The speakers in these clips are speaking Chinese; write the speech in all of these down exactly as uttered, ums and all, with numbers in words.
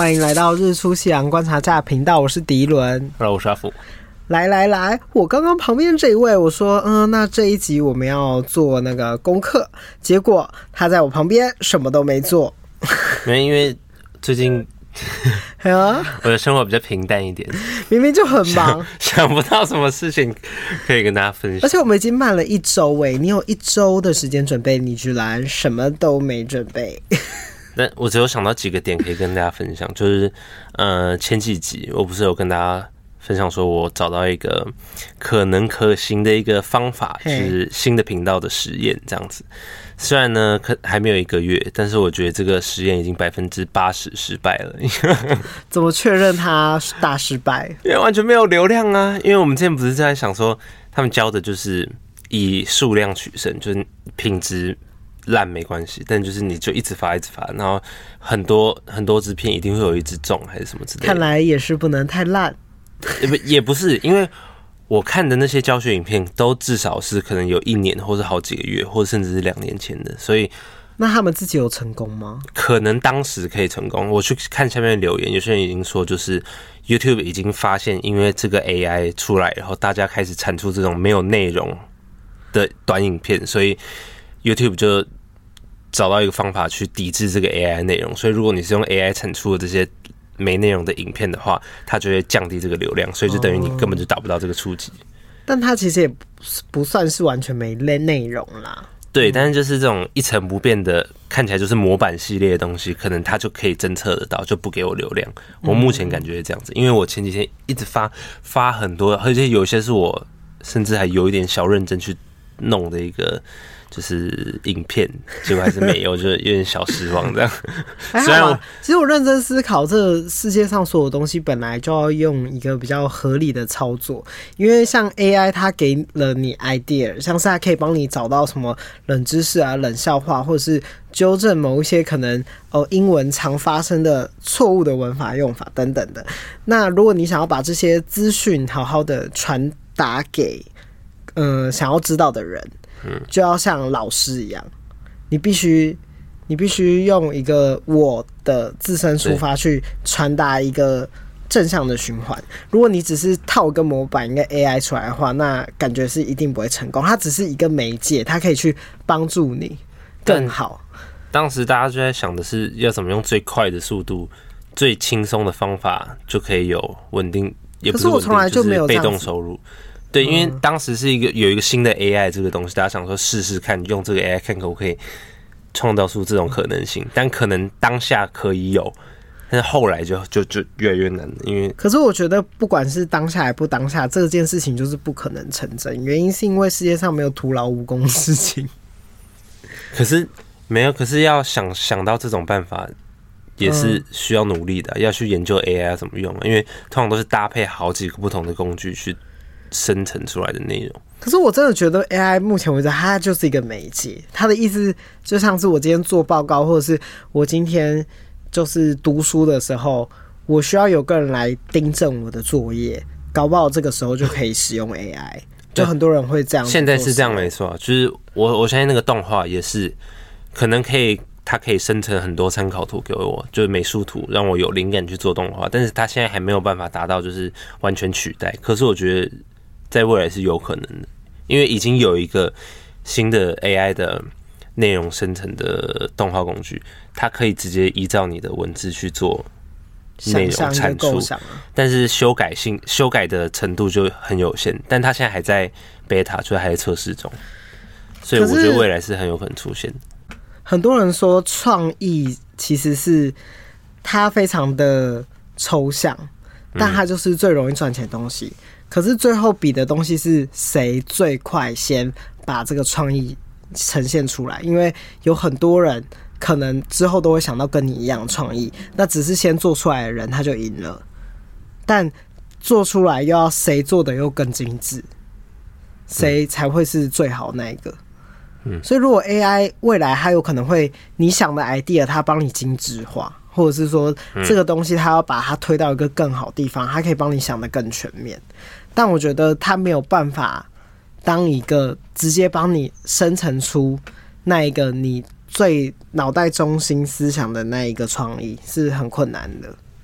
欢迎来到日出夕阳观察家频道，我是迪伦。 Hello， 我是阿福。 来来来，我刚刚旁边这一位，我说，嗯，那这一集我们要做那个功课，结果他在我旁边什么都没做。 没，因为最近我的生活比较平淡一点， 明明就很忙， 想, 想不到什么事情可以跟大家分享。 而且我们已经慢了一周哎，你有一周的时间准备，你居然什么都没准备。 但我只有想到几个点可以跟大家分享，就是呃前几集我不是有跟大家分享说我找到一个可能可行的一个方法，就是新的频道的实验这样子。虽然呢可还没有一个月，但是我觉得这个实验已经百分之八十失败了。 怎么确认它大失败？ 因为完全没有流量啊！因为我们之前不是在想说，他们教的就是以数量取胜，就是品质烂没关系，但就是你就一直发一直发，然后很多很多支片一定会有一支中还是什么之类的。 看来也是不能太烂。 也不也不是，因为我看的那些教学影片都至少是可能有一年或是好几个月，或者甚至是两年前的，所以那他们自己有成功吗？ 可能当时可以成功。我去看下面的留言，有些人已经说，就是 YouTube 已经发现，因为这个 A I 出来，然后大家开始产出这种没有内容的短影片，所以 YouTube 就找到一个方法去抵制这个 A I 内容。所以如果你是用 A I 产出的这些没内容的影片的话，它就会降低这个流量，所以就等于你根本就达不到这个触及。 但它其实也不算是完全没内容啦。 对，但是就是这种一成不变的，看起来就是模板系列的东西，可能它就可以侦测得到，就不给我流量。我目前感觉是这样子，因为我前几天一直发发很多，而且有些是我甚至还有一点小认真去弄的一个。就是影片，结果还是没有，就有点小失望这样。 还好啊，其实我认真思考，这个世界上所有东西本来就要用一个比较合理的操作，因为像 A I 它给了你 idea， 像是它可以帮你找到什么冷知识啊、冷笑话，或者是纠正某一些可能哦英文常发生的错误的文法用法等等的。那如果你想要把这些资讯好好的传达给呃想要知道的人。就要像老师一样，你必须你必须用一个我的自身出发去传达一个正向的循环。如果你只是套一个模板一个 A I 出来的话，那感觉是一定不会成功。它只是一个媒介，它可以去帮助你更好。 当时大家就在想的是要怎么用最快的速度、最轻松的方法就可以有稳定，也不是稳定，可是我从来就没有被动收入。对，因为当时是一个有一个新的 A I 这个东西，大家想说试试看，用这个 A I 看可不可以创造出这种可能性，但可能当下可以有，但是后来就就就越来越难了。因为可是我觉得不管是当下还不当下，这件事情就是不可能成真，原因是因为世界上没有徒劳无功的事情。 可是没有，可是要想想到这种办法。也是需要努力的，要去研究 A I 要怎么用，因为通常都是搭配好几个不同的工具去生成出来的内容。 可是我真的觉得 A I 目前为止它就是一个媒介，它的意思就像是我今天做报告，或者是我今天就是读书的时候，我需要有个人来订正我的作业，搞不好这个时候就可以使用 A I。就很多人会这样， 现在是这样没错，就是我我相信那个动画也是可能可以。它可以生成很多参考图给我，就是美术图，让我有灵感去做动画。但是它现在还没有办法达到就是完全取代。可是我觉得在未来是有可能的，因为已经有一个新的 A I 的内容生成的动画工具，它可以直接依照你的文字去做内容产出，但是修改性修改的程度就很有限。但它现在还在 beta， 就是还在测试中，所以我觉得未来是很有可能出现的。 很多人说创意其实是它非常的抽象，但它就是最容易赚钱的东西。可是最后比的东西是谁最快先把这个创意呈现出来，因为有很多人可能之后都会想到跟你一样的创意，那只是先做出来的人他就赢了，但做出来又要谁做的又更精致，谁才会是最好那一个。嗯，所以如果 A I 未来它有可能会你想的 idea 它帮你精致化，或者是说这个东西它要把它推到一个更好的地方，它可以帮你想的更全面。但我觉得它没有办法当一个直接帮你生成出那一个你最脑袋中心思想的那一个创意，是很困难的。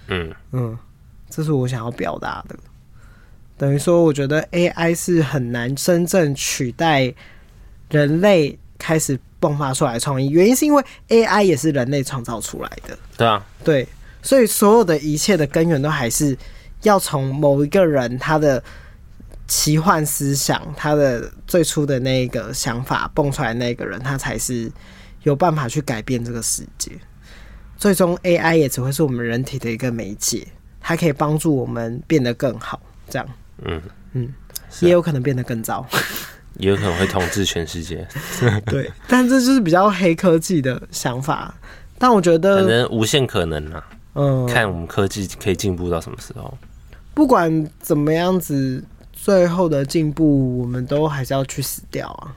嗯嗯，这是我想要表达的。等于说，我觉得 A I 是很难真正取代人类开始迸发出来的创意，原因是因为 A I 也是人类创造出来的。 对啊， 对，所以所有的一切的根源都还是要从某一个人他的奇幻思想，他的最初的那个想法蹦出来，那个人他才是有办法去改变这个世界。最终 A I 也只会是我们人体的一个媒介，它可以帮助我们变得更好，这样。 嗯嗯， 啊、 也有可能变得更糟， 也有可能会统治全世界。 对，但这就是比较黑科技的想法。但我觉得， 反正无限可能啊。 嗯， 看我们科技可以进步到什么时候。 不管怎么样子，最后的进步，我们都还是要去死掉啊。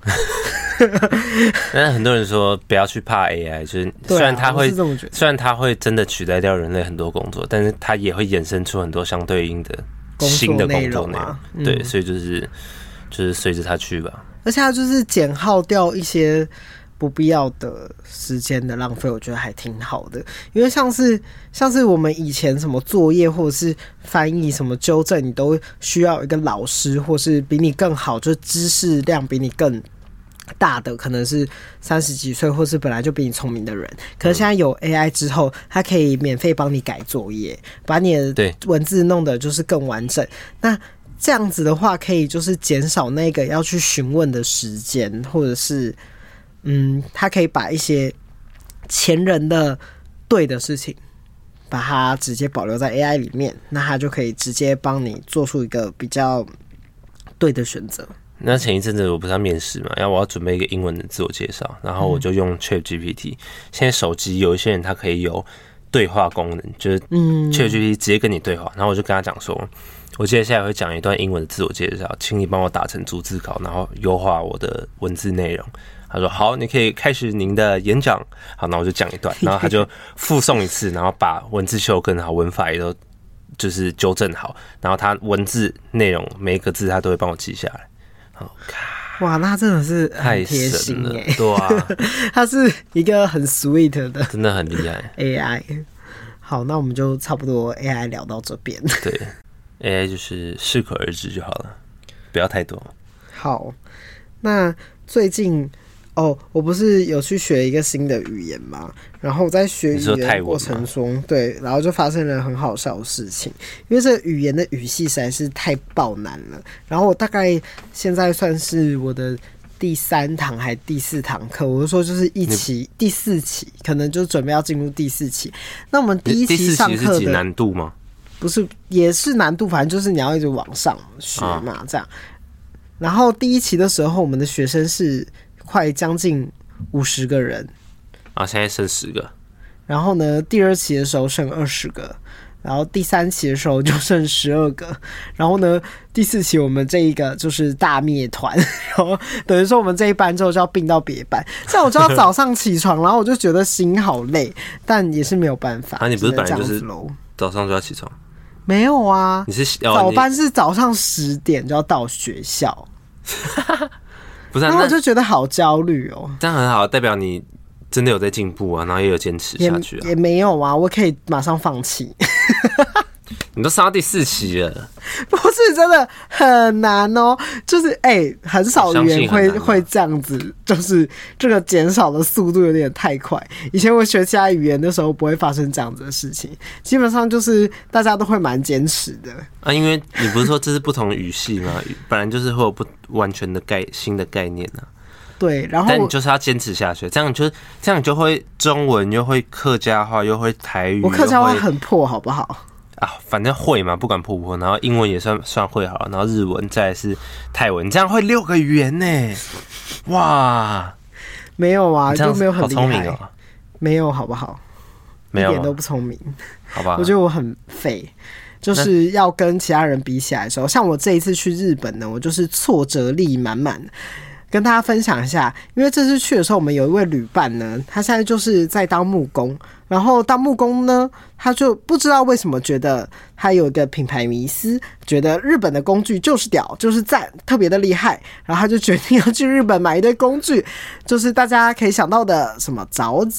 但是很多人说不要去怕 A I， 就是虽然它会， 啊、 虽然它会真的取代掉人类很多工作，但是它也会衍生出很多相对应的新的工作内容。嗯、对，所以就是就是随着它去吧。 而且它就是减耗掉一些不必要的时间的浪费，我觉得还挺好的。因为像是像是我们以前什么作业或者是翻译什么纠正，你都需要一个老师，或是比你更好，就是知识量比你更大的，可能是三十几岁，或是本来就比你聪明的人。可是现在有 A I 之后，它可以免费帮你改作业，把你的文字弄得就是更完整。那这样子的话，可以就是减少那个要去询问的时间，或者是嗯，它可以把一些前人的对的事情，把它直接保留在 A I 里面，那它就可以直接帮你做出一个比较对的选择。 那前一阵子我不是要面试嘛，然后我要准备一个英文的自我介绍，然后我就用 ChatGPT。现在手机有一些人他可以有对话功能，就是 ChatGPT 直接跟你对话，然后我就跟他讲说，我接下来会讲一段英文的自我介绍，请你帮我打成逐字稿，然后优化我的文字内容。他说好，你可以开始您的演讲。好，那我就讲一段，然后他就复诵一次，然后把文字修更好，文法也都就是纠正好，然后他文字内容每一个字他都会帮我记下来。 哇，那真的是很贴心耶！ 对啊， 他是一个很 sweet 的， 真的很厉害 A I。好，那我们就差不多 A I 聊到这边。 对 ，A I 就是适可而止就好了，不要太多。 好，那最近哦，我不是有去学一个新的语言嘛？然后我在学语言的过程中，对，然后就发生了很好笑的事情，因为这个语言的语系实在是太爆难了。然后我大概现在算是我的第三堂还第四堂课，我就说就是一期第四期，可能就准备要进入第四期。那我们第一期上课的是难度吗？ 不是，也是难度，反正就是你要一直往上学嘛，啊、这样。然后第一期的时候，我们的学生是快将近五十个人啊，现在剩十个。 然后呢，第二期的时候剩二十个，然后第三期的时候就剩十二个，然后呢，第四期我们这一个就是大灭团，然后等于说我们这一班之后就要并到别班，这样我就要早上起床，然后我就觉得心好累，但也是没有办法。 啊，你不是本来就是早上就要起床？ 没有啊， 你是、 哦、早班是早上十点就要到学校。 不是、啊， 然后我就觉得好焦虑哦。 这样很好，代表你真的有在进步啊，然后也有坚持下去啊。 也, 也没有啊，我可以马上放弃。 你都上到第四期了， 不是真的很难哦。就是哎、欸，很少语言会会这样子，就是这个减少的速度有点太快。以前我学其他语言的时候不会发生这样子的事情，基本上就是大家都会蛮坚持的啊。因为你不是说这是不同的语系吗？本来就是会有不完全的概新的概念啊。 对，然后但你就是要坚持下去，这样就这样你就会中文，又会客家话，又会台语。 我客家话很破，好不好？ 啊，反正会嘛，不管破不破，然后英文也算算会好了，然后日文再来是泰文，这样会六个语言呢，哇！ 没有啊，就没有很厉害， 好聪明哦， 没有好不好？ 没有， 一点都不聪明， 好吧？ 我觉得我很废，就是要跟其他人比起来的时候，像我这一次去日本呢，我就是挫折力满满。跟大家分享一下，因为这次去的时候，我们有一位旅伴呢，他现在就是在当木工，然后当木工呢，他就不知道为什么觉得他有一个品牌迷思，觉得日本的工具就是屌，就是赞，特别的厉害，然后他就决定要去日本买一堆工具，就是大家可以想到的什么凿子、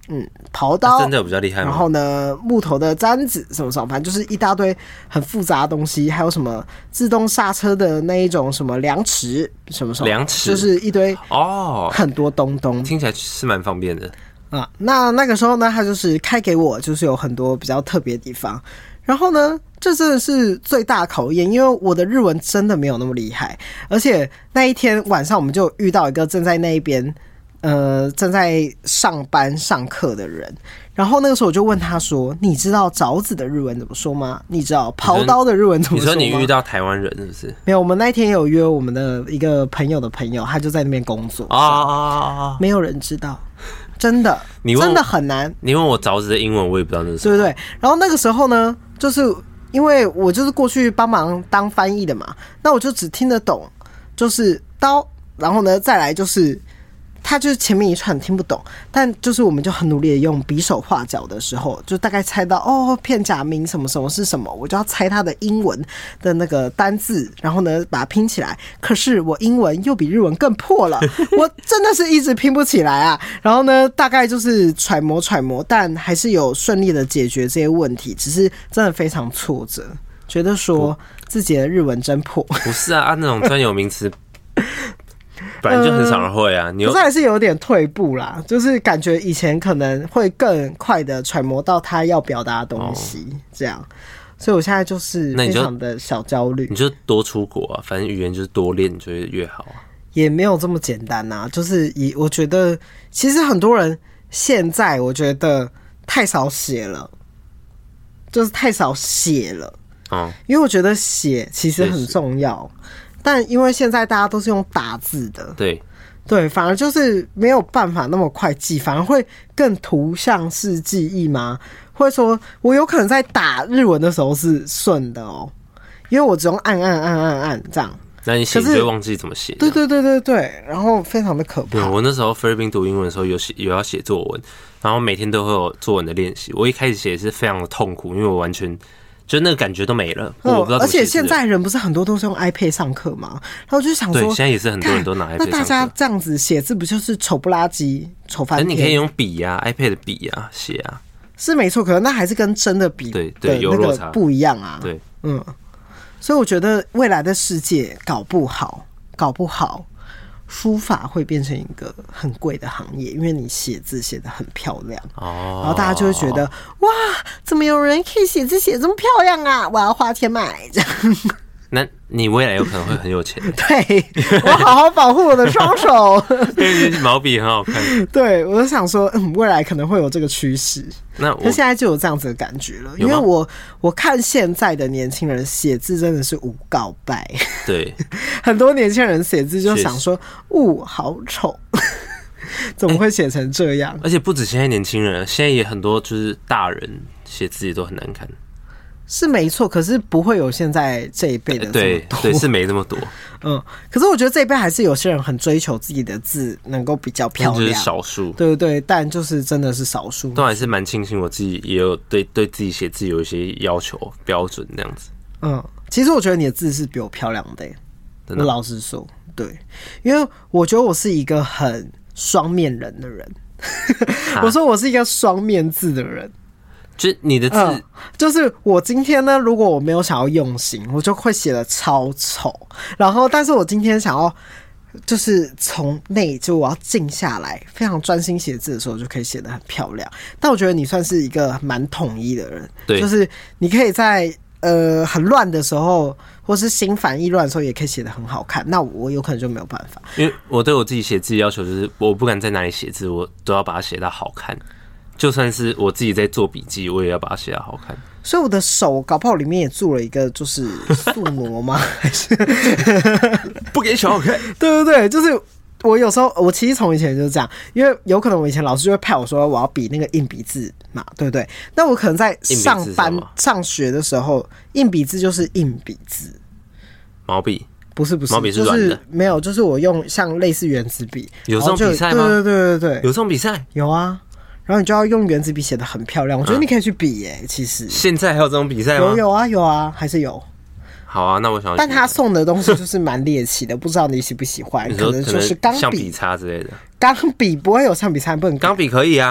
嗯，刨刀、 啊、真的有比较厉害吗？ 然后呢，木头的簪子什么什么，反正就是一大堆很复杂的东西，还有什么自动刹车的那一种什么量尺什么什么， 量尺就是一堆哦， 很多东东， 听起来是蛮方便的啊。那那个时候呢，他就是开给我，就是有很多比较特别的地方。然后呢，这真的是最大的考验，因为我的日文真的没有那么厉害，而且那一天晚上我们就遇到一个正在那一边。呃，正在上班上课的人，然后那个时候我就问他说：“你知道凿子的日文怎么说吗？你知道刨刀的日文怎么说吗？” 你说你遇到台湾人是不是？ 没有，我们那一天有约我们的一个朋友的朋友，他就在那边工作啊， 没有人知道，真的， 你问真的很难。 你问我凿子的英文，我也不知道那是什么， 对不对？然后那个时候呢，就是因为我就是过去帮忙当翻译的嘛，那我就只听得懂就是刀，然后呢再来就是。他就是前面一串听不懂，但就是我们就很努力的用比手画脚的时候，就大概猜到哦片假名什么什么是什么，我就要猜他的英文的那个单字，然后呢把它拼起来。可是我英文又比日文更破了，我真的是一直拼不起来啊。然后呢，大概就是揣摩揣摩，但还是有顺利的解决这些问题，只是真的非常挫折，觉得说自己的日文真破。 不是啊，啊那种专有名词。本来就很少人会啊，你可是还是有点退步啦，就是感觉以前可能会更快的揣摩到他要表达的东西，这样，所以我现在就是非常的小焦虑。 你就多出国啊，反正语言就是多练就会越好啊。 也没有这么简单啊，就是以我觉得其实很多人现在我觉得太少写了，就是太少写了，嗯，因为我觉得写其实很重要。但因为现在大家都是用打字的， 对对，反而就是没有办法那么快记，反而会更图像式记忆吗？或者说我有可能在打日文的时候是顺的哦，因为我只用按按按按按这样。 那你写就会忘记怎么写。 对对对对对，然后非常的可怕。 对，我那时候菲律宾读英文的时候有写有要写作文，然后每天都会有作文的练习。我一开始写是非常的痛苦，因为我完全。就那个感觉都没了，我不知道怎么写字了。 而且现在人不是很多都是用 iPad 上课吗？然后我就想说， 对，现在也是很多人都拿 iPad 上课。 那大家这样子写字不就是丑不拉几、丑翻天？ 你可以用笔啊 ，iPad 的笔啊写啊， 是没错。可能那还是跟真的笔的那个不一样啊。 对， 嗯。所以我觉得未来的世界搞不好，搞不好。书法会变成一个很贵的行业，因为你写字写得很漂亮，哦，然后大家就会觉得哇，怎么有人可以写字写这么漂亮啊？我要花钱买这样。 那你未来有可能会很有钱。 对，我好好保护我的双手。 毛笔很好看。 对，我就想说，嗯，未来可能会有这个趋势。 那我现在就有这样子的感觉了，因为我我看现在的年轻人写字真的是无告白。 对， 很多年轻人写字就想说，呜，好丑。怎么会写成这样？ 欸？而且不止现在年轻人，现在也很多就是大人写字也都很难看。 是没错，可是不会有现在这一辈的这么多。 对对，是没这么多。 嗯，可是我觉得这一辈还是有些人很追求自己的字能够比较漂亮， 就是少数。 对对对，但就是真的是少数。 都还是蛮庆幸我自己也有对对自己写字有一些要求标准那样子。 嗯，其实我觉得你的字是比我漂亮的耶，我老实说，对，因为我觉得我是一个很双面人的人。我说我是一个双面字的人。 就是你的字、嗯， 就是我今天呢，如果我没有想要用心，我就会写的超丑。然后，但是我今天想要，就是从内，就我要静下来，非常专心写字的时候，就可以写得很漂亮。但我觉得你算是一个蛮统一的人， 对， 就是你可以在呃很乱的时候，或是心烦意乱的时候，也可以写得很好看。那我有可能就没有办法， 因为我对我自己写字要求就是，我不管在哪里写字，我都要把它写到好看。就算是我自己在做笔记，我也要把它写得好看。 所以我的手搞不好里面也做了一个就是素描吗？还是不给小好看？ 对对对，就是我有时候我其实从以前就是这样，因为有可能我以前老师就会派我说我要比那个硬笔字嘛，对不对？那我可能在上班上学的时候，硬笔字就是硬笔字， 毛笔。 不是不是， 毛笔是软的， 就是没有，就是我用像类似原子笔。 有这种比赛吗？ 对对对对对， 有这种比赛？ 有啊。然后你就要用原子笔写得很漂亮，我觉得你可以去比耶、欸。其实现在还有这种比赛吗？ 有有啊有啊，还是有。 好啊，那我想要。 但他送的东西就是蛮猎奇的，不知道你喜不喜欢？可能就是钢笔、 橡皮擦之类的。 钢笔不会有橡皮擦，不能。 钢笔可以啊。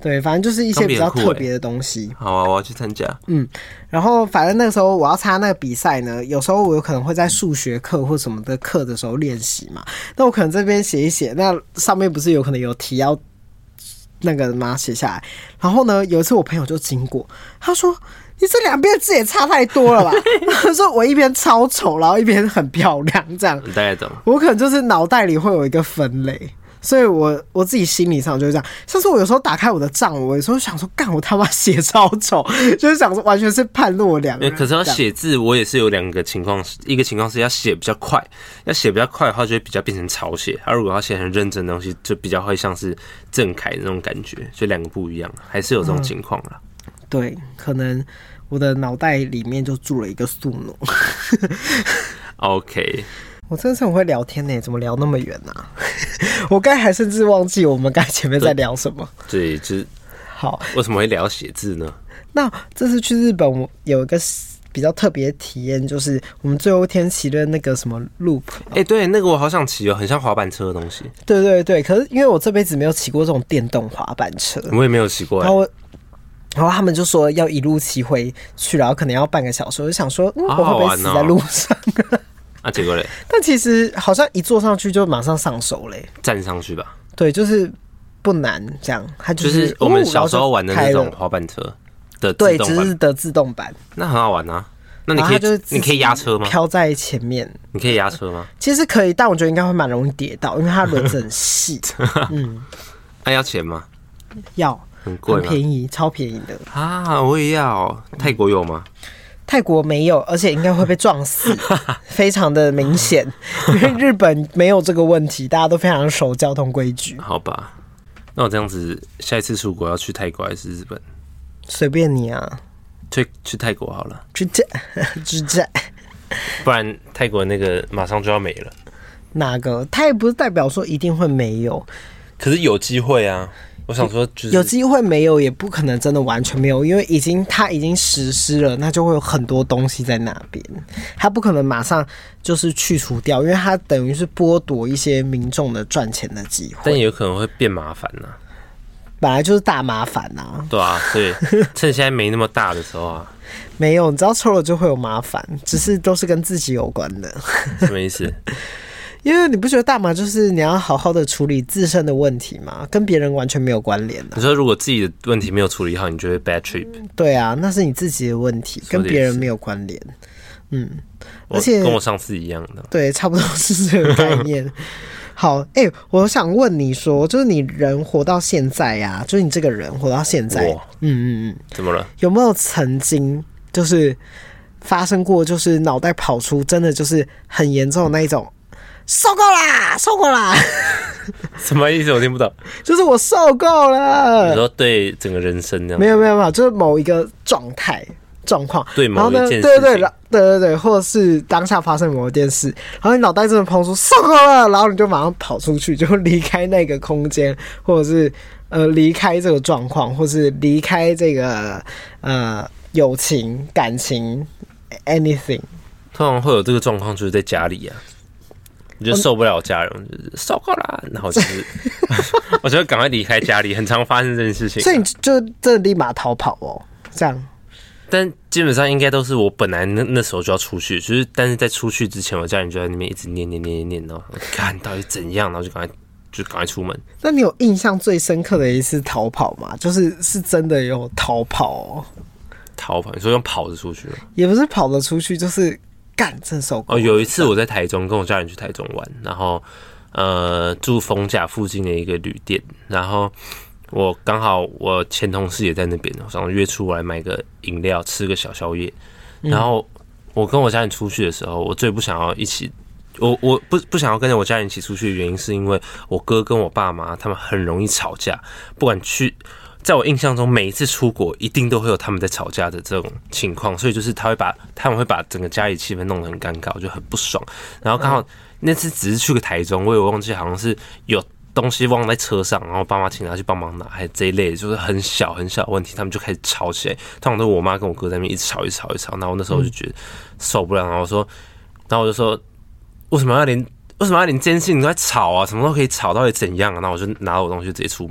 对，反正就是一些比较特别的东西。 好啊，我要去参加。 嗯，然后反正那个时候我要参加那个比赛呢，有时候我有可能会在数学课或什么的课的时候练习嘛。那我可能这边写一写，那上面不是有可能有题要那个嘛写下来。然后呢，有一次我朋友就经过，他说：“你这两边字也差太多了吧？”他说我一边超丑，然后一边很漂亮，这样。 大概懂。 我可能就是脑袋里会有一个分类。所以我我自己心理上就是这样，像是我有时候打开我的账，我有时候想说，干我他妈写超丑，就是想说完全是判若两人。 可是要写字，我也是有两个情况，一个情况是要写比较快，要写比较快的话，就会比较变成草写；而、啊、如果要写很认真的东西，就比较会像是郑恺的那种感觉，就两个不一样，还是有这种情况啦、 嗯。对，可能我的脑袋里面就住了一个宿傩。 OK。 我真的是很会聊天呢，怎么聊那么远啊？我刚才还甚至忘记我们刚才前面在聊什么。 对，就是好， 为什么会聊写字呢？ 那这次去日本，我有一个比较特别的体验，就是我们最后一天骑的那个什么 loop。 哎、欸，对，那个我好想骑哦，很像滑板车的东西。 对对对，可是因为我这辈子没有骑过这种电动滑板车， 我也没有骑过、欸。 然后我。然后他们就说要一路骑回去，然后可能要半个小时。我就想说，嗯，我会不会死在路上？ 啊，结果嘞？ 但其实好像一坐上去就马上上手嘞， 站上去吧。 对，就是不难，这样。它就是, 就是我们小时候玩的那种滑板车的自动版， 对，只是的自动版， 那很好玩啊。那你可以，就是你可以压车吗？ 飘在前面， 你可以压车吗？ 其实可以，但我觉得应该会蛮容易跌到，因为它轮子很细。嗯， 那、啊、要钱吗？ 要， 很贵， 很便宜，超便宜的啊！我也要。泰国有吗？ 泰国没有，而且应该会被撞死，非常的明显。因为日本没有这个问题，大家都非常守交通规矩。 好吧，那我这样子，下一次出国要去泰国还是日本？ 随便你啊， 去去泰国好了。 去泰，去泰， 不然泰国那个马上就要没了。 哪个？它也不是代表说一定会没有， 可是有机会啊。我想说、就是， 有机会没有，也不可能真的完全没有，因为已经它已经实施了，那就会有很多东西在那边，它不可能马上就是去除掉，因为它等于是剥夺一些民众的赚钱的机会， 但也有可能会变麻烦呐、啊。 本来就是大麻烦啊。 对啊，所以趁现在没那么大的时候啊， 没有，你知道抽了就会有麻烦，只是都是跟自己有关的。 什么意思？ 因为你不觉得大麻就是你要好好的处理自身的问题吗？跟别人完全没有关联的、啊。 你说如果自己的问题没有处理好，你就会 bad trip。对啊，那是你自己的问题，跟别人没有关联。嗯，而且跟我上次一样的。 对，差不多是这个概念。好，哎、欸，我想问你说，就是你人活到现在呀、啊，就是你这个人活到现在，嗯嗯嗯， 怎么了？ 有没有曾经就是发生过，就是脑袋跑出真的就是很严重的那一种？受够啦，受够啦！ 什么意思？我听不懂。 就是我受够了。 你说对整个人生这样？ 没有没有没有，就是某一个状态状况。 对某一件事情。 对对对对对对，或者是当下发生某一件事，然后你脑袋真的跑出受够了，然后你就马上跑出去，就离开那个空间，或者是呃离开这个状况，或是离开这个呃友情感情 anything。 通常会有这个状况，就是在家里啊。你就受不了家人，就是受够了，然后就是我就赶快离开家里，很常发生这件事情、啊。 所以你就真的立马逃跑哦，这样。 但基本上应该都是我本来那那时候就要出去，就是但是在出去之前，我家人就在那边一直念念念念念，然后看到底怎样，然后就赶快就赶快出门。 那你有印象最深刻的一次逃跑吗？就是是真的有逃跑哦。 逃跑？你说用跑着出去吗？ 也不是跑着出去，就是。干，真受够了。 哦，有一次我在台中跟我家人去台中玩，然后呃住逢甲附近的一个旅店，然后我刚好我前同事也在那边，我想约出来买个饮料，吃个小宵夜。然后我跟我家人出去的时候，我最不想要一起，我我不不想要跟着我家人一起出去的原因，是因为我哥跟我爸妈他们很容易吵架，不管去。在我印象中，每一次出国一定都会有他们在吵架的这种情况，所以就是他会把他们会把整个家里气氛弄得很尴尬，我就很不爽。然后刚好那次只是去个台中，我也忘记好像是有东西忘在车上，然后爸妈请他去帮忙拿，还这一类的，就是很小很小的问题，他们就开始吵起来。通常都是我妈跟我哥在那边一直吵，一直吵，一直吵。然后那时候我就觉得受不了，然后我说，然后我就说，为什么要连为什么要连这件事情都在吵啊？什么都可以吵，到底怎样啊？然后我就拿了我东西直接出门。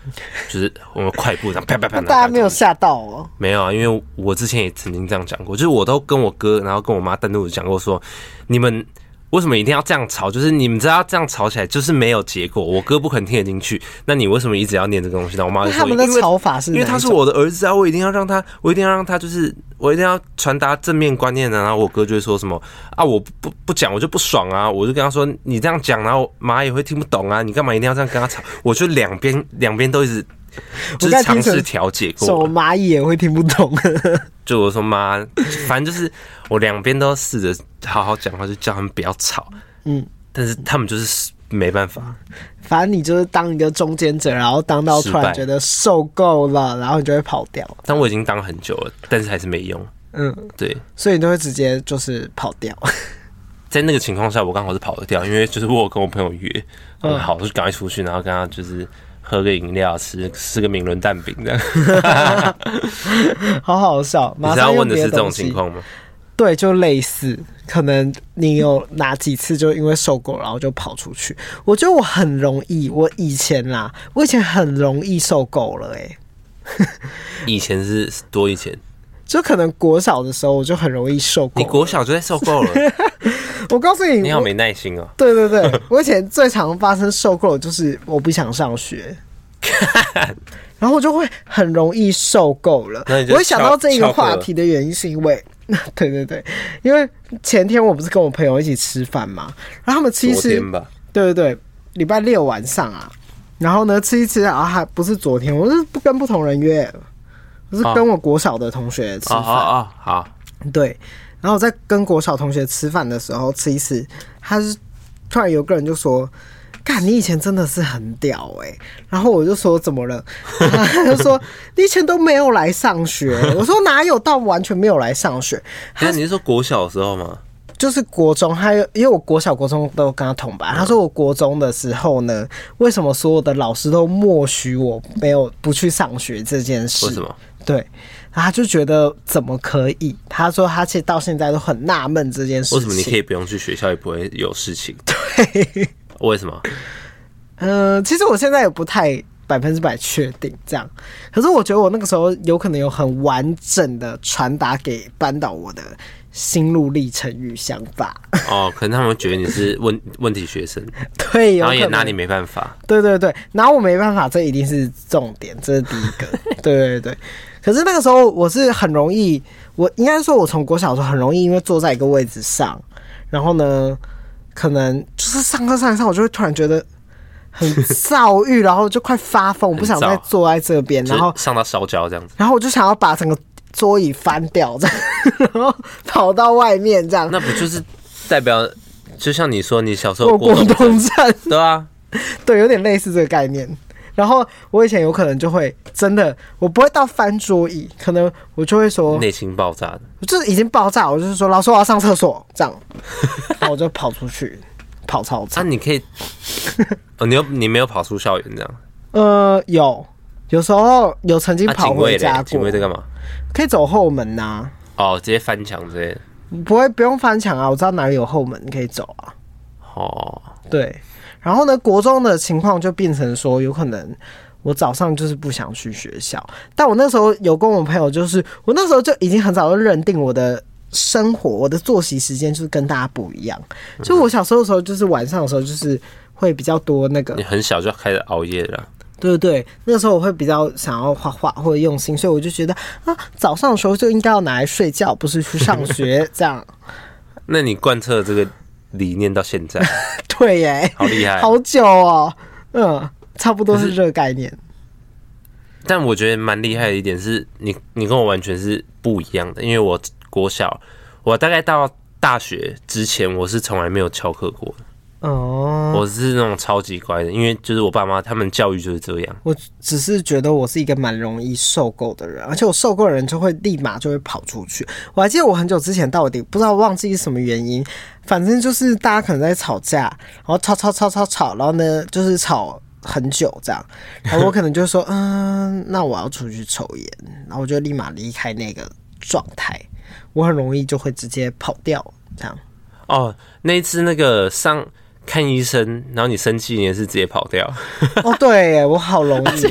就是我们快步这样啪啪啪。 大家没有吓到哦？ 没有啊，因为我之前也曾经这样讲过，就是我都跟我哥，然后跟我妈单独讲过说，你们为什么一定要这样吵？就是你们知道这样吵起来就是没有结果，我哥不肯听得进去，那你为什么一直要念这个东西？那我妈就说， 他们的吵法是因为他是我的儿子啊，我一定要让他，我一定要让他，就是我一定要传达正面观念的。然后我哥就会说什么啊，我不不讲我就不爽啊，我就跟他说你这样讲，然后妈也会听不懂啊，你干嘛一定要这样跟他吵？我就两边两边都一直。就是尝试调解过， 手蚂蚁也会听不懂。 就我说妈，反正就是我两边都试着好好讲话，就叫他们不要吵。嗯，但是他们就是没办法。 反正你就是当一个中间者，然后当到突然觉得受够了，然后你就会跑掉。 但我已经当很久了，但是还是没用。嗯，对， 所以你就会直接就是跑掉。 在那个情况下，我刚好是跑得掉，因为就是我有跟我朋友约，嗯，好，我就赶快出去，然后跟他就是喝个饮料，吃吃个明伦蛋饼这样。 好好笑。 你是要问的是这种情况吗？ 对，就类似，可能你有哪几次就因为受够，然后就跑出去。我觉得我很容易，我以前啦，我以前很容易受够了、欸，哎。 以前是多以前？ 就可能国小的时候，我就很容易受够。 你国小就在受够了？ 我告诉你， 你好没耐心哦。 对对对，我以前最常发生受够的就是我不想上学，然后我就会很容易受够了。我会想到这个话题的原因是因为，对对对，因为前天我不是跟我朋友一起吃饭嘛，然后他们其实，对对对，礼拜六晚上啊，然后呢吃一吃啊，还不是昨天，我是跟不同人约，我是跟我国小的同学吃饭。 哦哦好， 对。然后我在跟国小同学吃饭的时候吃一吃，他是突然有个人就说：“干，你以前真的是很屌哎、欸！”然后我就说：“怎么了？”他就说：“你以前都没有来上学。”我说：“哪有到完全没有来上学？” 那你是说国小的时候吗？ 就是国中，还有因为我国小、国中都跟他同班。他说我国中的时候呢，为什么所有的老师都默许我没有不去上学这件事？ 为什么？ 对。他就觉得怎么可以？他说他其实到现在都很纳闷这件事情。 为什么你可以不用去学校，也不会有事情？ 对， 为什么？ 嗯、呃，其实我现在也不太百分之百确定这样，可是我觉得我那个时候有可能有很完整的传达给班导我的心路历程与想法。 哦，可能他们会觉得你是问问题学生， 对，有可能， 然后也拿你没办法。 对对对，拿我没办法，这一定是重点，这是第一个。对对对。可是那个时候我是很容易，我应该说，我从国小的时候很容易，因为坐在一个位置上，然后呢，可能就是上课上一上，我就会突然觉得很躁郁，然后就快发疯，我不想再坐在这边，然后上到烧焦这样子， 然后我就想要把整个桌椅翻掉，这样，然后跑到外面这样。 那不就是代表，就像你说，你小时候过国中症， 对啊， 对，有点类似这个概念。然后我以前有可能就会真的，我不会到翻桌椅，可能我就会说内心爆炸的， 就是已经爆炸，我就是说老师我要上厕所这样，然后我就跑出去跑操场。 啊，你可以，哦，你有你没有跑出校园这样？ 呃，有，有时候有曾经跑回家过。 警卫在干嘛？ 可以走后门呐、啊。 哦，直接翻墙之类的。 不会，不用翻墙啊，我知道哪里有后门可以走啊。 哦， 对。然后呢，国中的情况就变成说，有可能我早上就是不想去学校，但我那时候有跟我朋友，就是我那时候就已经很早就认定我的生活，我的作息时间就是跟大家不一样。就我小时候的时候，就是晚上的时候，就是会比较多那个。 你很小就开始熬夜了。 对对对，那个时候我会比较想要画画或者用心，所以我就觉得啊，早上的时候就应该要拿来睡觉，不是去上学这样。 那你贯彻这个理念到现在？ 对耶， 好厉害， 好久哦，嗯，差不多是这个概念。 但我觉得蛮厉害的一点是你，你跟我完全是不一样的，因为我国小，我大概到大学之前，我是从来没有翘课过的。哦，我是那种超级乖的，因为就是我爸妈他们教育就是这样。 我只是觉得我是一个蛮容易受够的人，而且我受够的人就会立马就会跑出去。我还记得我很久之前到底不知道忘记是什么原因，反正就是大家可能在吵架，然后吵吵吵吵吵，然后呢就是吵很久这样，然后我可能就说嗯，那我要出去抽烟，然后我就立马离开那个状态，我很容易就会直接跑掉这样。 哦，那一次那个上。看医生，然后你生气，你也是直接跑掉。 哦，对耶，我好容易哦。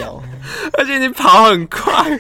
而且你跑很快。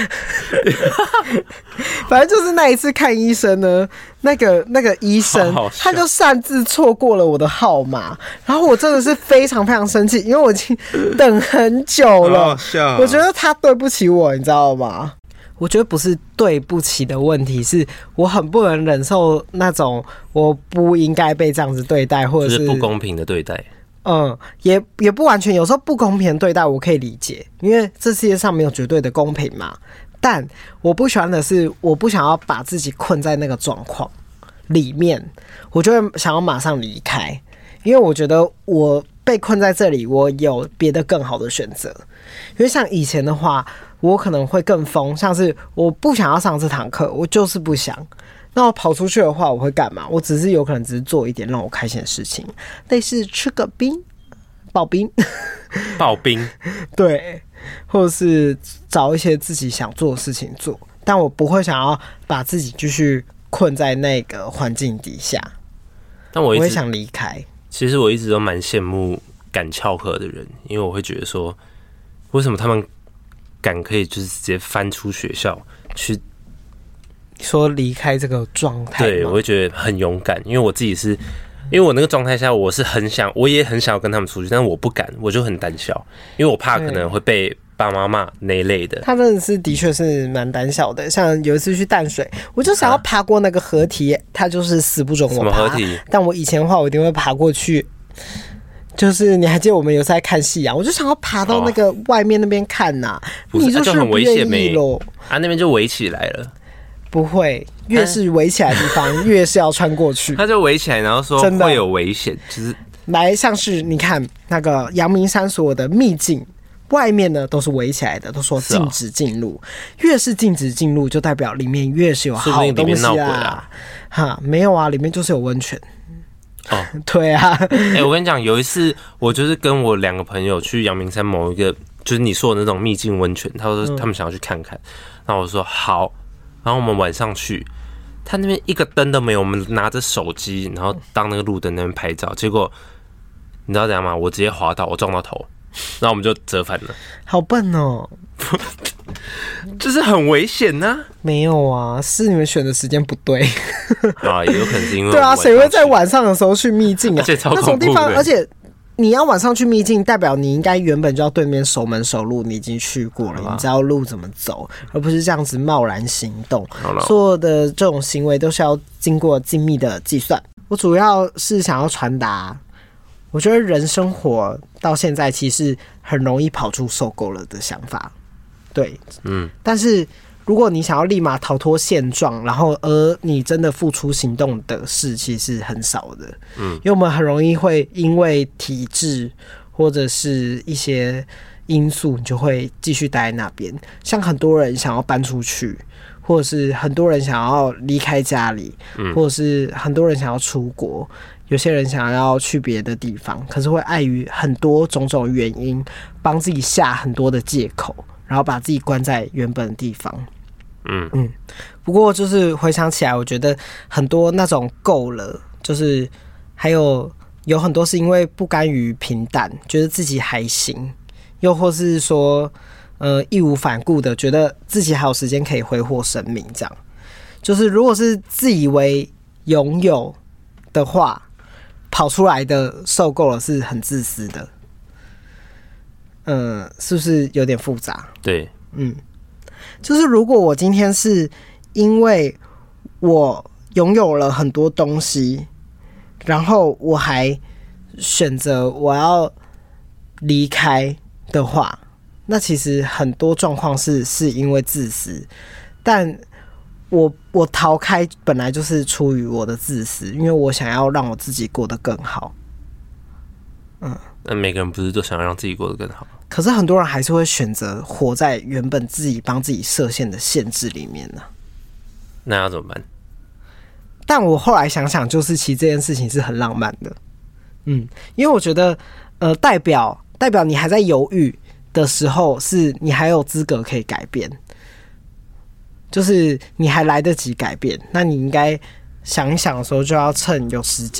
反正就是那一次看医生呢，那个那个医生好好他就擅自错过了我的号码，然后我真的是非常非常生气，因为我已经等很久了。 好好笑啊， 我觉得他对不起我，你知道吗？我觉得不是对不起的问题，是我很不能忍受那种我不应该被这样子对待，或者是, 是就是不公平的对待。 嗯，也也不完全，有时候不公平的对待我可以理解，因为这世界上没有绝对的公平嘛。但我不喜欢的是，我不想要把自己困在那个状况里面，我就会想要马上离开，因为我觉得我被困在这里，我有别的更好的选择。因为像以前的话，我可能会更疯，像是我不想要上这堂课，我就是不想。那我跑出去的话，我会干嘛？我只是有可能只是做一点让我开心的事情，类似吃个冰、刨冰、 刨冰， 对，或者是找一些自己想做的事情做。但我不会想要把自己继续困在那个环境底下， 但我一直我会想离开。 其实我一直都蛮羡慕敢翘课的人，因为我会觉得说，为什么他们敢可以就是直接翻出学校去。 说离开这个状态， 对，我会觉得很勇敢，因为我自己是，因为我那个状态下，我是很想，我也很想要跟他们出去，但是我不敢，我就很胆小，因为我怕可能会被爸妈骂那一类的。 他真的是的确是蛮胆小的，像有一次去淡水，我就想要爬过那个河堤，啊、他就是死不准我爬。 什么河堤？ 但我以前的话，我一定会爬过去。就是你还记得我们有时候在看夕阳，我就想要爬到那个外面那边看呐、啊哦，你就是不愿意咯。 啊，那边就围起来了。 不会，越是围起来的地方，越是要穿过去。 他就围起来，然后说会有危险，就是来像是你看那个阳明山所有的秘境，外面呢都是围起来的，都说禁止进入。越是禁止进入，就代表里面越是有好东西啦。啊哈，没有啊，里面就是有温泉。 哦， 对啊。 哎、欸，我跟你讲，有一次我就是跟我两个朋友去阳明山某一个，就是你说的那种秘境温泉，他说他们想要去看看，然后我说好。然后我们晚上去，他那边一个灯都没有，我们拿着手机，然后当那个路灯那边拍照，结果你知道怎样吗？我直接滑倒，我撞到头，然后我们就折返了。 好笨哦， 就是很危险呐、啊。 没有啊，是你们选的时间不对。 啊，也有可能是因为对啊，谁会在晚上的时候去秘境啊？ 而且超恐怖的那种地方，而且。你要晚上去秘境，代表你应该原本就要对面熟门熟路，你已经去过了，你知道路怎么走，而不是这样子贸然行动。所有的这种行为都是要经过精密的计算。我主要是想要传达，我觉得人生活到现在其实很容易跑出受够了的想法，对，嗯，但是。如果你想要立马逃脱现状，然后而你真的付出行动的事，其实是很少的。嗯，因为我们很容易会因为体制或者是一些因素，你就会继续待在那边。像很多人想要搬出去，或者是很多人想要离开家里，嗯，或者是很多人想要出国，有些人想要去别的地方，可是会碍于很多种种原因，帮自己下很多的借口，然后把自己关在原本的地方。嗯嗯，不过就是回想起来，我觉得很多那种够了，就是还有有很多是因为不甘于平淡，觉得自己还行，又或是说呃义无反顾的觉得自己还有时间可以挥霍生命，这样就是如果是自以为拥有的话，跑出来的受够了是很自私的。嗯，是不是有点复杂？ 对， 嗯。就是如果我今天是因为我拥有了很多东西，然后我还选择我要离开的话，那其实很多状况是是因为自私，但我我逃开本来就是出于我的自私，因为我想要让我自己过得更好。嗯， 那每个人不是都想要让自己过得更好？ 可是很多人还是会选择活在原本自己帮自己设限的限制里面呢、啊。 那要怎么办？ 但我后来想想，就是其实这件事情是很浪漫的，嗯，因为我觉得，呃，代表代表你还在犹豫的时候，是你还有资格可以改变，就是你还来得及改变，那你应该想一想的时候，就要趁有时间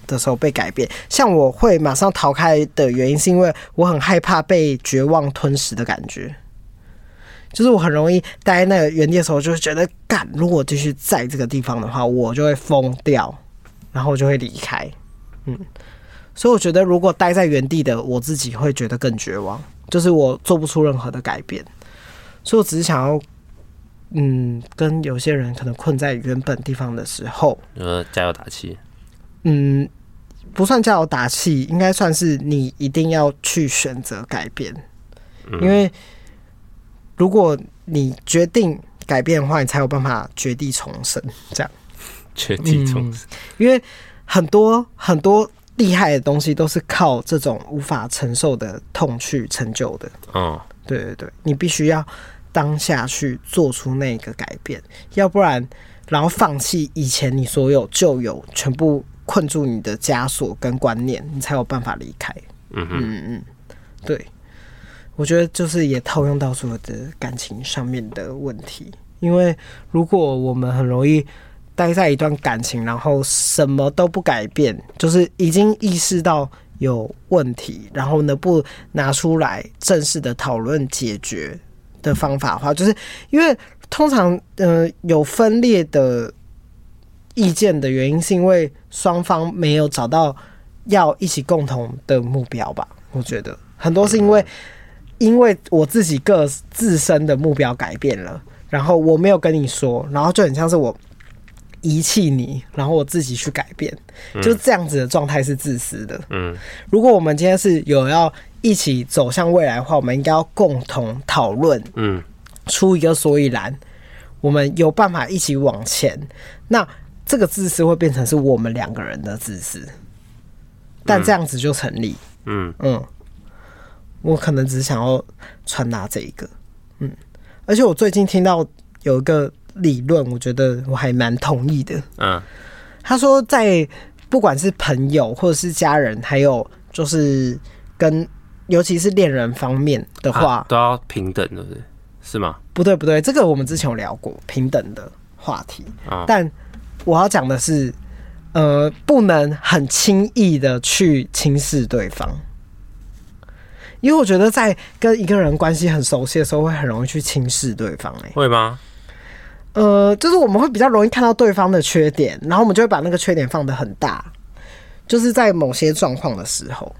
的时候被改变。像我会马上逃开的原因，是因为我很害怕被绝望吞噬的感觉。就是我很容易待在那个原地的时候，就会觉得干，如果继续在这个地方的话，我就会疯掉，然后我就会离开。嗯，所以我觉得如果待在原地的我自己会觉得更绝望，就是我做不出任何的改变。所以我只是想要，嗯，跟有些人可能困在原本地方的时候， 呃，加油打气。 嗯，不算加油打气，应该算是你一定要去选择改变， 嗯、 因为。如果你决定改变的话，你才有办法绝地重生。这样， 绝地重生、 嗯，因为很多很多厉害的东西都是靠这种无法承受的痛去成就的。 哦， 对对对，你必须要当下去做出那个改变，要不然，然后放弃以前你所有旧有全部困住你的枷锁跟观念，你才有办法离开。 嗯嗯嗯，对。我觉得就是也套用到所有的感情上面的问题，因为如果我们很容易待在一段感情，然后什么都不改变，就是已经意识到有问题，然后呢不拿出来正式的讨论解决的方法的话，就是因为通常呃有分裂的意见的原因，是因为双方没有找到要一起共同的目标吧？我觉得很多是因为。因为我自己个自身的目标改变了，然后我没有跟你说，然后就很像是我遗弃你，然后我自己去改变，就这样子的状态是自私的。嗯，如果我们今天是有要一起走向未来的话，我们应该要共同讨论，嗯，出一个所以然，我们有办法一起往前。那这个自私会变成是我们两个人的自私，但这样子就成立。嗯嗯。我可能只是想要传达这一个，嗯，而且我最近听到有一个理论，我觉得我还蛮同意的，嗯，他说在不管是朋友或者是家人，还有就是跟尤其是恋人方面的话， 啊、都要平等，对不对？是吗？ 不对不对，这个我们之前有聊过平等的话题，啊、但我要讲的是，呃，不能很轻易的去轻视对方。因为我觉得在跟一个人关系很熟悉的时候，会很容易去轻视对方、欸。 会吗？ 呃，就是我们会比较容易看到对方的缺点，然后我们就会把那个缺点放得很大。就是在某些状况的时候，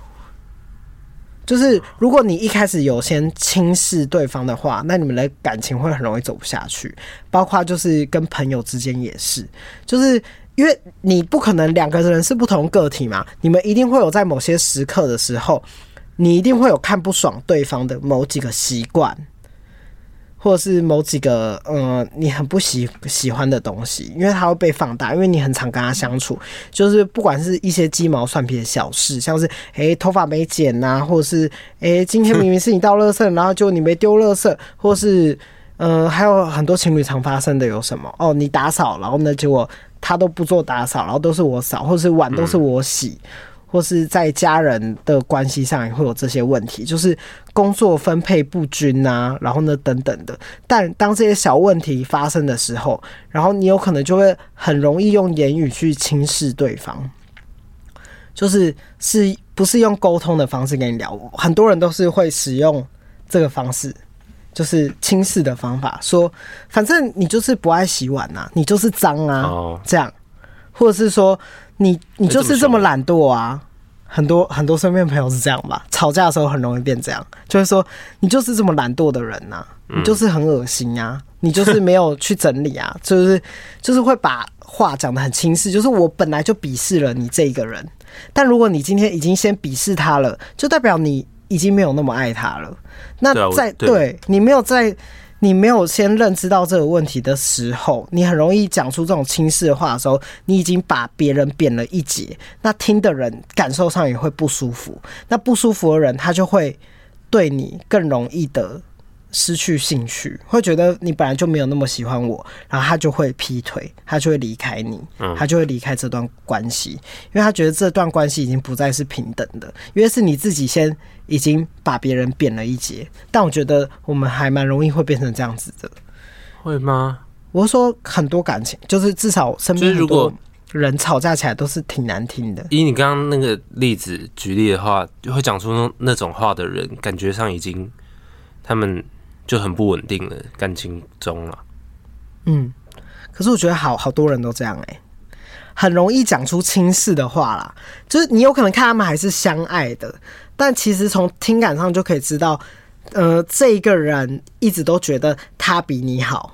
就是如果你一开始有先轻视对方的话，那你们的感情会很容易走不下去。包括就是跟朋友之间也是，就是因为你不可能两个人是不同个体嘛，你们一定会有在某些时刻的时候。你一定会有看不爽对方的某几个习惯，或者是某几个呃你很不喜喜欢的东西，因为它会被放大，因为你很常跟他相处，就是不管是一些鸡毛蒜皮的小事，像是哎、欸、头发没剪啊，或者是哎、欸、今天明明是你倒垃圾，然后就你没丢垃圾，或是呃还有很多情侣常发生的有什么哦，你打扫，然后呢结果他都不做打扫，然后都是我扫，或者是碗都是我洗。嗯或是在家人的关系上也会有这些问题，就是工作分配不均啊，然后呢等等的。但当这些小问题发生的时候，然后你有可能就会很容易用言语去轻视对方，就是是不是用沟通的方式跟你聊？很多人都是会使用这个方式，就是轻视的方法，说反正你就是不爱洗碗啊，你就是脏啊，哦、这样，或者是说。你你就是这么懒惰啊！很多很多身边朋友是这样吧？吵架的时候很容易变这样，就会说你就是这么懒惰的人呐、啊，你就是很恶心啊，你就是没有去整理啊，就是就是会把话讲得很轻视，就是我本来就鄙视了你这一个人，但如果你今天已经先鄙视他了，就代表你已经没有那么爱他了。那在 对, 对你没有在。你没有先认知到这个问题的时候，你很容易讲出这种轻视的话的时候，你已经把别人贬了一截，那听的人感受上也会不舒服，那不舒服的人他就会对你更容易的失去兴趣，会觉得你本来就没有那么喜欢我，然后他就会劈腿，他就会离开你，他就会离开这段关系，因为他觉得这段关系已经不再是平等的，因为是你自己先已经把别人贬了一截。但我觉得我们还蛮容易会变成这样子的。 会吗？ 我说很多感情，就是至少身边很多人吵架起来都是挺难听的。 以你刚刚那个例子举例的话，会讲出那种话的人，感觉上已经他们就很不稳定了，感情中了。 嗯，可是我觉得好好多人都这样哎、欸，很容易讲出轻视的话啦。就是你有可能看他们还是相爱的，但其实从听感上就可以知道，呃，这一个人一直都觉得他比你好。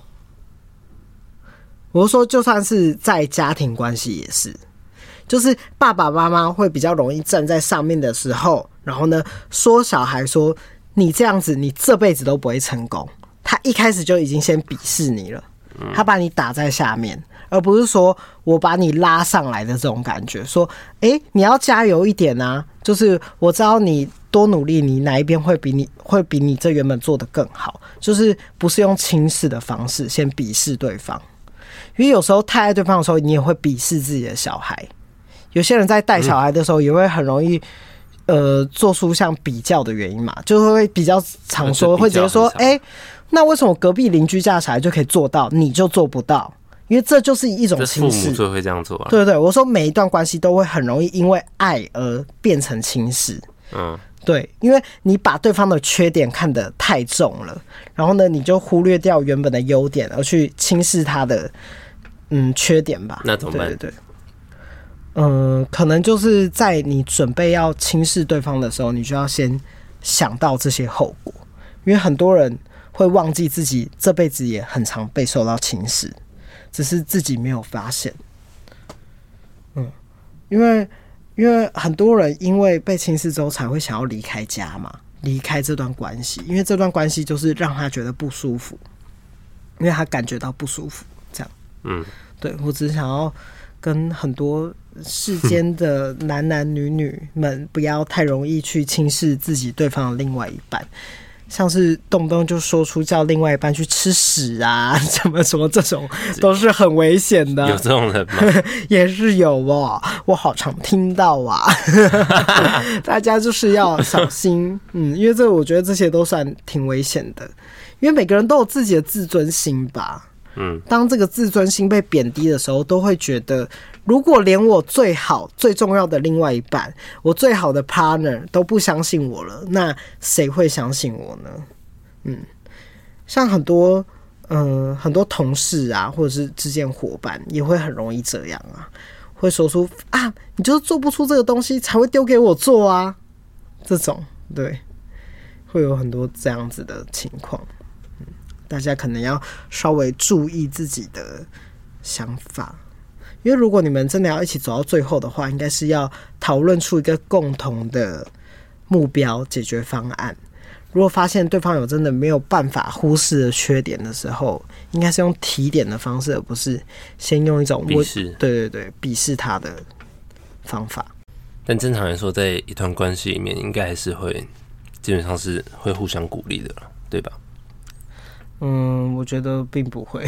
我说，就算是在家庭关系也是，就是爸爸妈妈会比较容易站在上面的时候，然后呢说小孩说你这样子，你这辈子都不会成功。他一开始就已经先鄙视你了，他把你打在下面，而不是说我把你拉上来的这种感觉。说，哎、欸，你要加油一点啊！就是我知道你多努力，你哪一边会比你会比你这原本做得更好。就是不是用轻视的方式先鄙视对方。因为有时候太爱对方的时候，你也会鄙视自己的小孩。有些人在带小孩的时候，也会很容易，呃，做出像比较的原因嘛，就会比较常说，会直接说，哎、欸，那为什么隔壁邻居家的小孩就可以做到，你就做不到？因为这就是一种轻视。父母就会这样做啊。 对对对，我说每一段关系都会很容易因为爱而变成轻视。嗯。对，因为你把对方的缺点看得太重了，然后呢，你就忽略掉原本的优点，而去轻视他的嗯缺点吧。 那怎么办？ 对对对，嗯、呃，可能就是在你准备要轻视对方的时候，你就要先想到这些后果，因为很多人会忘记自己这辈子也很常被受到轻视，只是自己没有发现。嗯，因为。因为很多人因为被轻视之后才会想要离开家嘛，离开这段关系，因为这段关系就是让他觉得不舒服，因为他感觉到不舒服，这样。嗯，对，我只是想要跟很多世间的男男女女们不要太容易去轻视自己对方的另外一半。像是动不动就说出叫另外一半去吃屎啊，什么什么这种都是很危险的。 有这种人吗？ 也是有哦，我好常听到啊。大家就是要小心，嗯，因为这我觉得这些都算挺危险的，因为每个人都有自己的自尊心吧。嗯，当这个自尊心被贬低的时候，都会觉得，如果连我最好、最重要的另外一半，我最好的 partner 都不相信我了，那谁会相信我呢？嗯，像很多，嗯、呃，很多同事啊，或者是之间伙伴，也会很容易这样啊，会说出啊，你就是做不出这个东西，才会丢给我做啊，这种，对，会有很多这样子的情况。大家可能要稍微注意自己的想法，因为如果你们真的要一起走到最后的话，应该是要讨论出一个共同的目标解决方案。如果发现对方有真的没有办法忽视的缺点的时候，应该是用提点的方式，而不是先用一种鄙视， 对对对，鄙视他的方法。 但正常来说，在一段关系里面，应该还是会基本上是会互相鼓励的，对吧？ 嗯，我觉得并不会，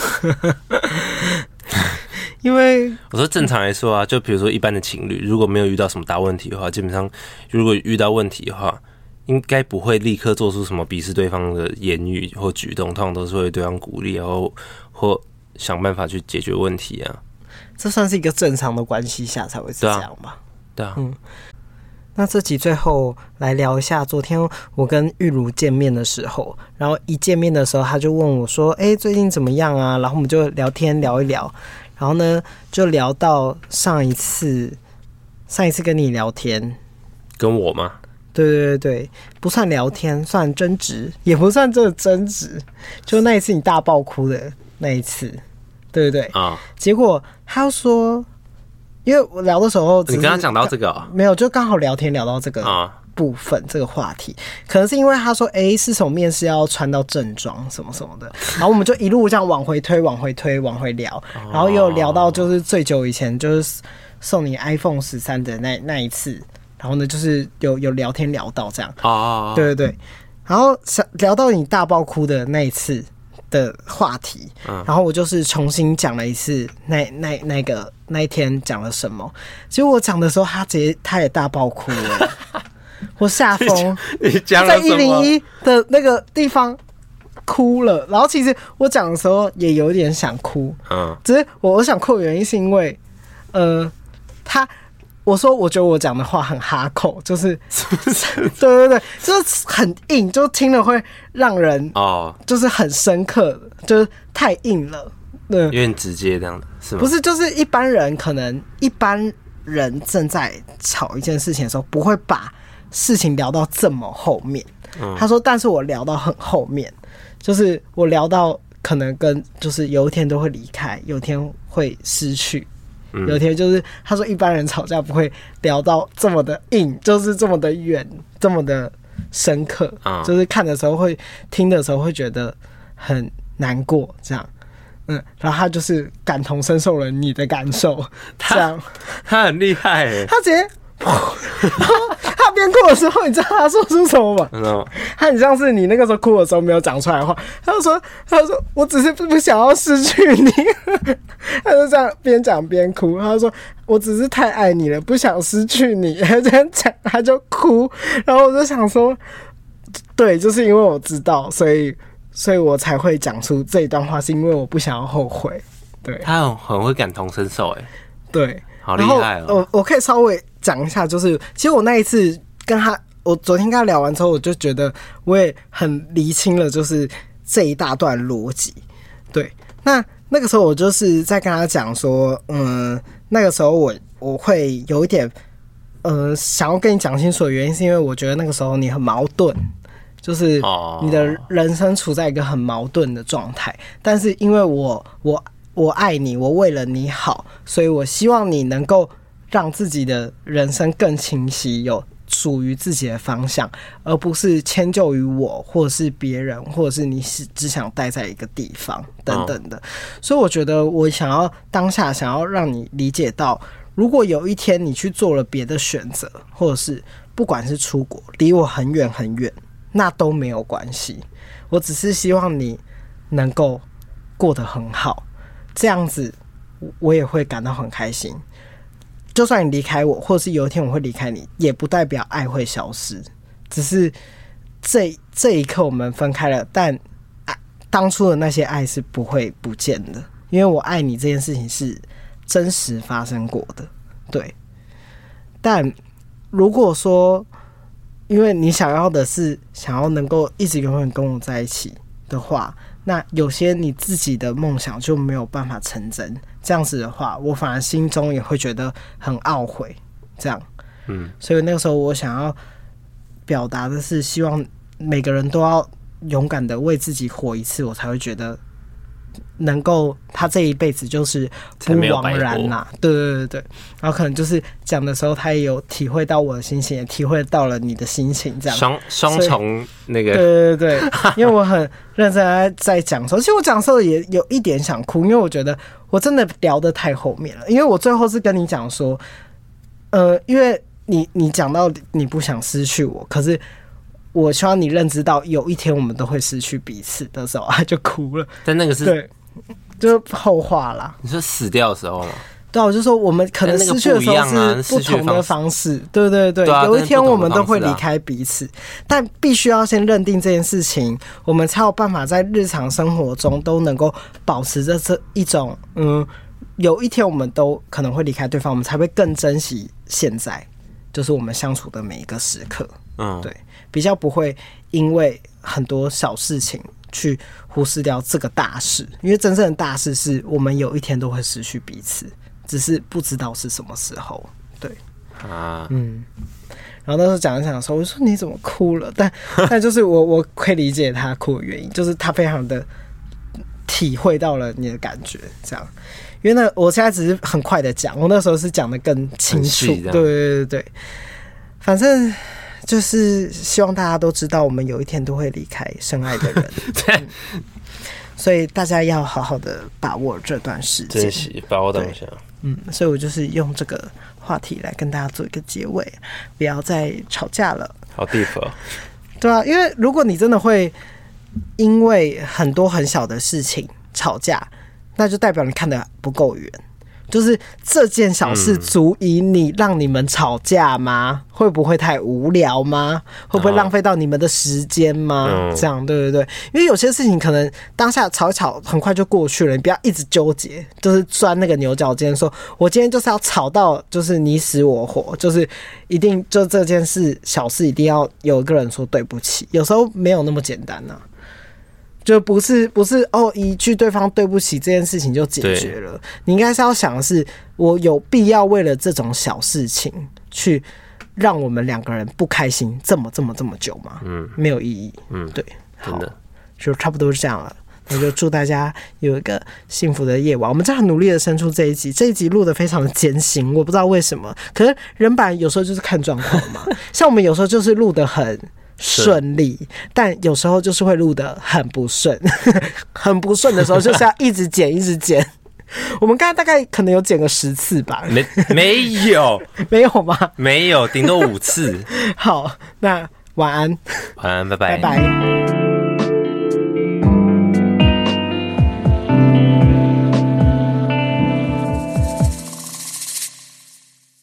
因为我说正常来说啊，就比如说一般的情侣，如果没有遇到什么大问题的话，基本上如果遇到问题的话，应该不会立刻做出什么鄙视对方的言语或举动，通常都是会对方鼓励，然后或想办法去解决问题啊。 这算是一个正常的关系下才会是这样吧？ 对啊， 嗯。那这集最后来聊一下，昨天我跟玉茹见面的时候，然后一见面的时候，他就问我说：“哎、欸，最近怎么样啊？”然后我们就聊天聊一聊，然后呢，就聊到上一次，上一次跟你聊天， 跟我吗？ 对对对对，不算聊天，算争执，也不算这个争执，就那一次你大爆哭的那一次，对不对？啊、哦，结果他说。因为我聊的时候， 你跟他讲到这个、哦、 没有，就刚好聊天聊到这个部分，哦、这个话题，可能是因为他说，哎、欸，是从面试要穿到正装什么什么的，然后我们就一路这样往回推，往回推，往回聊，然后又聊到就是最久以前就是送你 iPhone 十三的那那一次，然后呢就是有有聊天聊到这样，哦，对对对，然后聊到你大爆哭的那一次的话题，然后我就是重新讲了一次那那那个那一天讲了什么，结果我讲的时候，他直接他也大爆哭了，我吓疯， 你讲了什么？ 在一零一的那个地方哭了，然后其实我讲的时候也有点想哭，嗯，只是我想哭的原因是因为， 呃，他我说我觉得我讲的话很哈口，就是对对对，就是很硬，就听了会让人哦，就是很深刻，就是太硬了，对， 有点直接这样的，是吗？ 不是，就是一般人可能一般人正在吵一件事情的时候，不会把事情聊到这么后面。嗯、他说，但是我聊到很后面，就是我聊到可能跟就是有一天都会离开，有一天会失去。有一天就是他说一般人吵架不会聊到这么的硬，就是这么的远，这么的深刻，嗯、就是看的时候会听的时候会觉得很难过这样，嗯，然后他就是感同身受了你的感受，这样他, 他很厉害耶， 他直接他边哭的时候，你知道他说出什么吗？嗯、他很像是你那个时候哭的时候没有讲出来的话，他就说：“他就说我只是不想要失去你。”他就这样边讲边哭。他就说：“我只是太爱你了，不想失去你。”他这样讲，他就哭。然后我就想说，对，就是因为我知道，所以所以我才会讲出这一段话，是因为我不想要后悔。对， 他很很会感同身受，哎， 对， 好厉害哦！ 我我可以稍微讲一下，就是其实我那一次跟他，我昨天跟他聊完之后，我就觉得我也很厘清了，就是这一大段逻辑。对，那那个时候我就是在跟他讲说，嗯，那个时候我我会有一点，呃，想要跟你讲清楚的原因，是因为我觉得那个时候你很矛盾。就是你的人生处在一个很矛盾的状态，但是因为我我我爱你，我为了你好，所以我希望你能够让自己的人生更清晰，有属于自己的方向，而不是迁就于我，或者是别人，或者是你只想待在一个地方等等的。所以我觉得我想要当下想要让你理解到，如果有一天你去做了别的选择，或者是不管是出国，离我很远很远，那都没有关系，我只是希望你能够过得很好，这样子我也会感到很开心。就算你离开我，或者是有一天我会离开你，也不代表爱会消失，只是这这一刻我们分开了，但当初的那些爱是不会不见的，因为我爱你这件事情是真实发生过的，对。但如果说因为你想要的是想要能够一直永远跟我在一起的话，那有些你自己的梦想就没有办法成真，这样子的话，我反而心中也会觉得很懊悔。这样，嗯，所以那个时候我想要表达的是，希望每个人都要勇敢的为自己活一次，我才会觉得能够他这一辈子就是不枉然啦、啊。对对对对，然后可能就是讲的时候，他也有体会到我的心情，也体会到了你的心情，这样双双重那个。 对对对对，因为我很认真在在讲的时候，其实我讲的时候也有一点想哭，因为我觉得我真的聊得太后面了。因为我最后是跟你讲说，呃，因为你你讲到你不想失去我，可是我希望你认知到有一天我们都会失去彼此的时候，他就哭了。 但那个是对，就是后话啦。 你说死掉的时候吗？ 对啊，我就说我们可能失去的时候是不同的方式，对对对，对啊、有一天我们都会离开彼此，但必须要先认定这件事情，我们才有办法在日常生活中都能够保持着这一种，嗯，有一天我们都可能会离开对方，我们才会更珍惜现在，就是我们相处的每一个时刻，嗯，对，比较不会因为很多小事情去忽视掉这个大事，因为真正的大事是我们有一天都会失去彼此。只是不知道是什么时候，对啊，嗯，然后那时候讲一讲的时候，我说你怎么哭了？但但就是我我可以理解他哭的原因，就是他非常的体会到了你的感觉，这样。因为那我现在只是很快的讲，我那时候是讲的更清楚，对对对对，反正就是希望大家都知道，我们有一天都会离开深爱的人。对。嗯，所以大家要好好的把握这段时间， 珍惜把握当下。 嗯，所以我就是用这个话题来跟大家做一个结尾，不要再吵架了。 好 deep 哦。 对啊，因为如果你真的会因为很多很小的事情吵架，那就代表你看得不够远。 就是这件小事足以你让你们吵架吗？嗯、会不会太无聊吗？会不会浪费到你们的时间吗？哦、这样对对对，因为有些事情可能当下吵一吵很快就过去了，你不要一直纠结，就是钻那个牛角尖，说我今天就是要吵到就是你死我活，就是一定就这件事小事一定要有一个人说对不起，有时候没有那么简单啊。就不是不是哦，一句对方对不起这件事情就解决了。你应该是要想的是，我有必要为了这种小事情去让我们两个人不开心这么这么这么久吗？嗯，没有意义。嗯，对，好，就差不多是这样了。那就祝大家有一个幸福的夜晚。我们这样努力的生出这一集，这一集录得非常的艰辛，我不知道为什么。可是人版有时候就是看状况嘛，像我们有时候就是录得很顺利，但有时候就是会录得很不顺，很不顺的时候就是要一直剪，一直剪。我们刚才大概可能有剪个十次吧？ 没没有没有吗？ 没有，顶多五次。 好，那晚安， 晚安，拜拜， 拜拜。